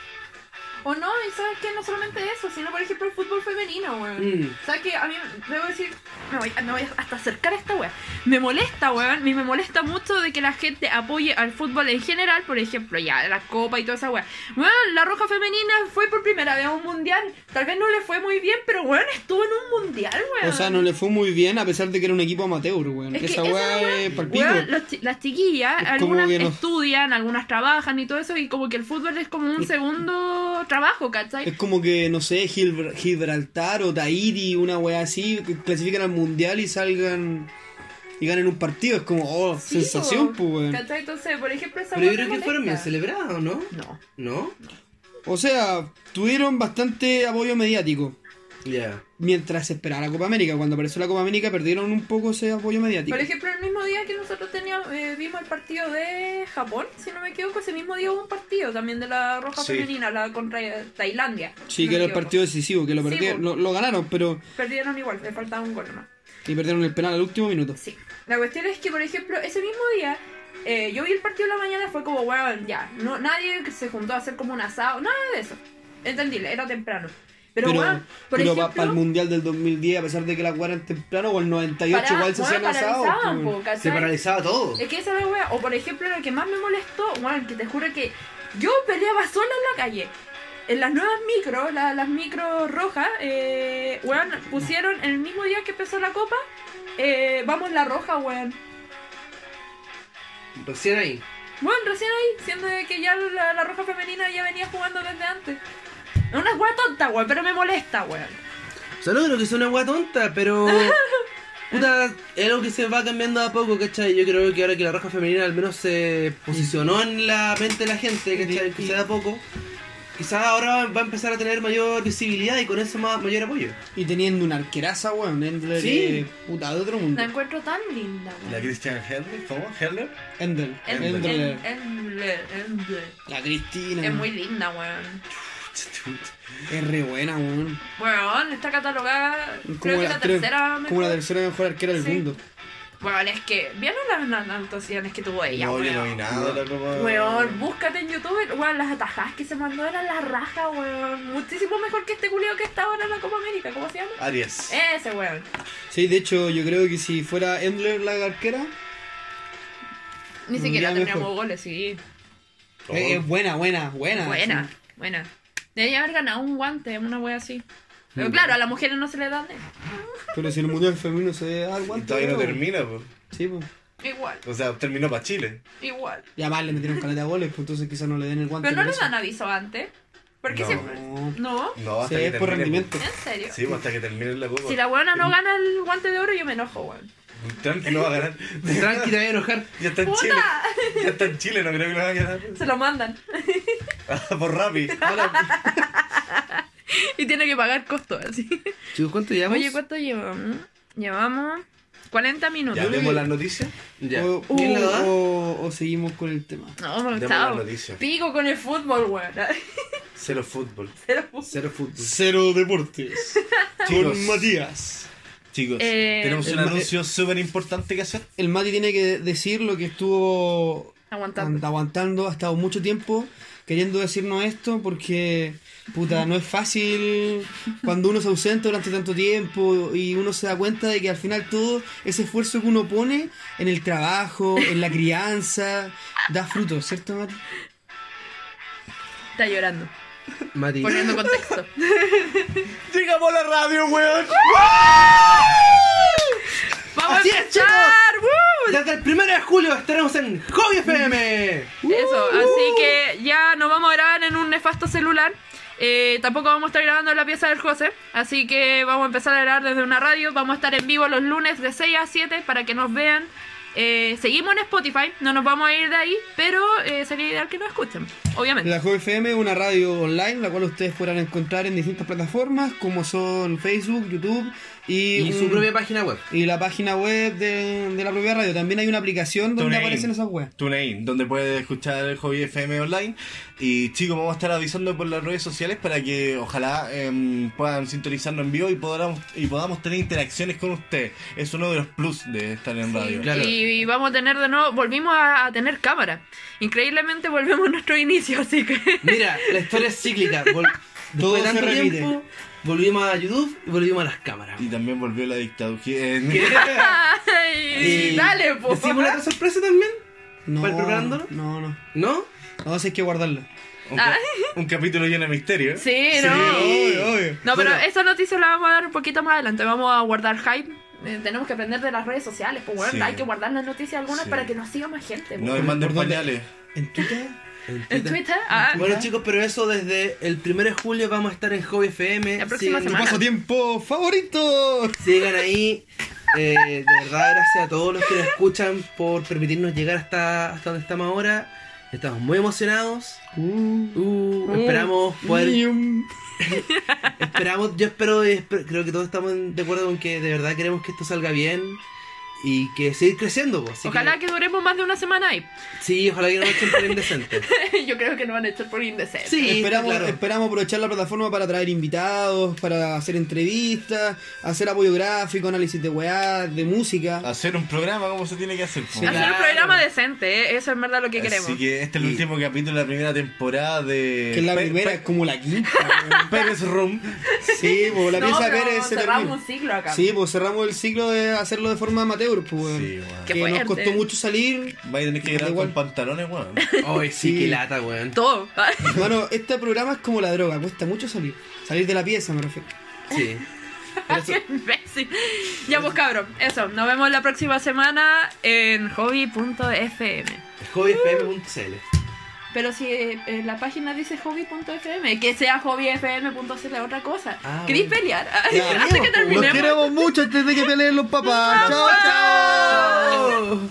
O no, y sabes que no solamente eso, sino por ejemplo el fútbol femenino, weón. Mm. ¿Sabes que a mí, debo decir, me voy, me voy hasta acercar a esta weá. Me molesta, weón, y me molesta mucho de que la gente apoye al fútbol en general, por ejemplo, ya, la copa y toda esa weá. Weón, la Roja Femenina fue por primera vez a un mundial. Tal vez no le fue muy bien, pero weón, estuvo en un mundial, weón. O sea, no le fue muy bien a pesar de que era un equipo amateur, weón. Es que Esa esa wea weá, es palpico. weón, los chi- las chiquillas, Es como algunas que no- estudian, algunas trabajan y todo eso, y como que el fútbol es como un segundo trabajo, ¿cachai? Es como que, no sé, Gibr- Gibraltar o Tahiti, una wea así, que clasifican al mundial y salgan y ganen un partido. Es como, oh, Sí, sensación, po, pues, weón. ¿cachai? Entonces, por ejemplo, esa Pero yo weá creo me que fueron bien molesta. celebrados, ¿no? No. ¿No? O sea, tuvieron bastante apoyo mediático. Ya. Mientras se esperaba la Copa América. Cuando apareció la Copa América perdieron un poco ese apoyo mediático. Por ejemplo, el mismo día que nosotros teníamos, eh, vimos el partido de Japón, si no me equivoco, ese mismo día hubo un partido también de la Roja Sí. Femenina, la contra Tailandia. Sí, si no que me era el equivoco. partido decisivo, que lo, Sí, perdieron, po. lo, lo ganaron, pero Perdieron igual, le faltaba un gol nomás. y perdieron el penal al último minuto. Sí. La cuestión es que, por ejemplo, ese mismo día, eh, yo vi el partido de la mañana, fue como, weón, ya, no, nadie se juntó a hacer como un asado, nada de eso. Entendible, era temprano. Pero, Pero, weón, por pero ejemplo... para el Mundial del dos mil diez, a pesar de que la jugaran temprano, o el noventa y ocho para- igual se weón, hacían asados. paralizaban, pues, po, ¿cachai? Se paralizaba todo. Es que esa es la wea. O por ejemplo, lo que más me molestó, bueno, que te juro que yo peleaba sola en la calle. En las nuevas micros, la- las micros rojas, eh, weón, pusieron el mismo día que empezó la copa, eh, vamos la roja, weón. Recién ahí. Bueno, recién ahí, siendo de que ya la, la roja femenina ya venía jugando desde antes. Es una wea tonta, weón, pero me molesta, weón. O sea, no creo que sea una hueá tonta, pero... Puta, es algo que se va cambiando a poco, ¿cachai? Yo creo que ahora que la roja femenina al menos se posicionó en la mente de la gente, ¿cachai? Que se da poco. Quizás ahora va a empezar a tener mayor visibilidad y con eso más, mayor apoyo. Y teniendo una arqueraza, weón. Endler, Sí. eh, puta, de otro mundo. La encuentro tan linda, La weón. Christian Herler, ¿cómo? ¿Herler? Endel. En- Endler. en- en- en- La Cristina. Es muy linda, weón. Es re buena, weón. Weón, está catalogada, Como creo que la, la tres- tercera como la mejor. tercera mejor arquera del Sí. mundo. Bueno, es que, ¿vieron las las anotaciones que tuvo ella, No, yo no weón? vi nada de la Copa. Weón, búscate en YouTube, weón, las atajadas que se mandó eran la raja, weón. Muchísimo mejor que este culiao que está ahora en la Copa América, ¿cómo se llama? Arias. Ese, weón. Sí, de hecho, yo creo que si fuera Endler la arquera, Ni siquiera Ya tendríamos mejor. goles, sí. Oh. eh, es buena, buena, buena. Buena, sí. buena. Debería haber ganado un guante, una wea así. Pero claro, a las mujeres no se les dan. ¿eh? Pero si el mundial femenino se da Y aguanta. todavía no pero- termina, pues. Sí, pues. Igual, O sea, terminó para Chile. igual. Y además le metieron caleta de goles, pues entonces quizás no le den el guante. Pero no por les eso. dan aviso antes. ¿Por qué No. siempre? No. No, No, hasta Sí, que es por termine, rendimiento. en serio. Sí, pues hasta que termine la Copa. Si la buena no gana el guante de oro, yo me enojo, weón. Tranqui, no va a ganar. Tranqui, te voy a enojar. Ya está en ¡Puta! Chile. Ya está en Chile, no creo que lo vaya a ganar. Se lo mandan. Por Rappi. Y tiene que pagar costos así. Chicos, ¿cuánto llevamos? Oye, ¿cuánto llevamos? Llevamos cuarenta minutos. ¿Ya vemos las noticias? Ya. O, ¿Quién la da? o- o seguimos con el tema. No, pues, Demos chao. las noticias. Pico con el fútbol, weón. Cero fútbol. Cero fútbol. Cero fútbol. Cero Deportes. Chicos. Con Matías. Chicos, Eh, tenemos un el- anuncio súper importante que hacer. El Mati tiene que decir lo que estuvo Aguantando. aguantando, ha estado mucho tiempo queriendo decirnos esto porque, puta, no es fácil cuando uno se ausenta durante tanto tiempo y uno se da cuenta de que al final todo ese esfuerzo que uno pone en el trabajo, en la crianza, da frutos, ¿cierto, Mati? Está llorando. Mati. Poniendo contexto. ¡Llegamos a la radio, weón! ¡Vamos Así a es, empezar! ¡Woo! Desde el primero de julio estaremos en Hobby F M. Eso, así que ya nos vamos a grabar en un nefasto celular. Eh, tampoco vamos a estar grabando en la pieza del José. Así que vamos a empezar a grabar desde una radio. Vamos a estar en vivo los lunes de seis a siete para que nos vean. Eh, seguimos en Spotify, no nos vamos a ir de ahí, pero eh, sería ideal que nos escuchen, obviamente. La J F M es una radio online, la cual ustedes podrán encontrar en distintas plataformas como son Facebook, YouTube y, Y su un- propia página web. y la página web de, de la propia radio. También hay una aplicación donde TuneIn. aparecen esas webs. TuneIn, donde puedes escuchar el Hobby F M online. Y chicos, vamos a estar avisando por las redes sociales para que ojalá em, puedan sintonizarnos en vivo y podamos, y podamos tener interacciones con ustedes. Es uno de los plus de estar en radio. Claro. Y, y vamos a tener de nuevo, volvimos a, a tener cámara. Increíblemente volvemos a nuestro inicio, así que... Mira, la historia es cíclica. Vol- Todo Después de se tanto repite. tiempo, volvimos a YouTube y volvimos a las cámaras. Y también volvió la dictadura. Ay, Y dale, po. ¿Decimos la otra sorpresa también? No, ¿Para ir preparándolo? no, no. ¿No? No, sí hay que guardarla. Un, ca- un capítulo lleno de misterio. Sí, no. obvio, obvio. No, pero Bueno. esa noticia la vamos a dar un poquito más adelante. Vamos a guardar hype. Eh, tenemos que aprender de las redes sociales. Pues bueno, Sí. hay que guardar las noticias algunas Sí. para que nos siga más gente. No pues. me manden ¿Por dónde? pañales. ¿En Twitter? En Twitter. Ah, Bueno chicos, pero eso desde el primero de julio vamos a estar en Hobby F M. La próxima Sigan- ¡Tu semana. pasatiempo favorito! Sigan ahí. Eh, de verdad, gracias a todos los que nos escuchan por permitirnos llegar hasta, hasta donde estamos ahora. Estamos muy emocionados. Uh, Uh, esperamos poder. Nium. Esperamos, yo espero, y esper- creo que todos estamos de acuerdo con que de verdad queremos que esto salga bien y que seguir creciendo. Pues. Así ojalá que... duremos más de una semana ahí. Sí, ojalá que no nos echen por indecentes. Yo creo que nos van a echar por indecente. Sí, Esperamos, claro. esperamos aprovechar la plataforma para traer invitados, para hacer entrevistas, hacer apoyo gráfico, análisis de weá, de música. Hacer un programa como se tiene que hacer. po. Sí. Hacer Claro. un programa decente, ¿eh? Eso es en verdad lo que queremos. Así que este es el Y- último capítulo de la primera temporada de... Que es la Pe- primera, Pe- es como la quinta. weón. Pérez Room. Sí, pues la No, pieza pero Pérez se cerramos termina. un ciclo acá. Sí, pues cerramos el ciclo de hacerlo de forma amateur, pues weón. Sí, weón. Qué Que nos fuerte. costó mucho salir. Va a tener que grabar Igual. con pantalones, weón. Ay, sí, Sí. qué lata, weón. Todo. Bueno, este programa es como la droga, cuesta mucho salir. Salir de la pieza, me refiero. Sí. Pero eso- Qué imbécil. Ya pues cabrón, eso, nos vemos la próxima semana en hobby punto f m. hobby f m punto c l. Pero si eh, eh, la página dice hobby punto f m, que sea hobby f m punto c l, otra cosa. Ah, ¿Querís bueno. pelear? Ya, Antes que pues, terminemos. mucho antes de que peleen los papás. Chao, chao.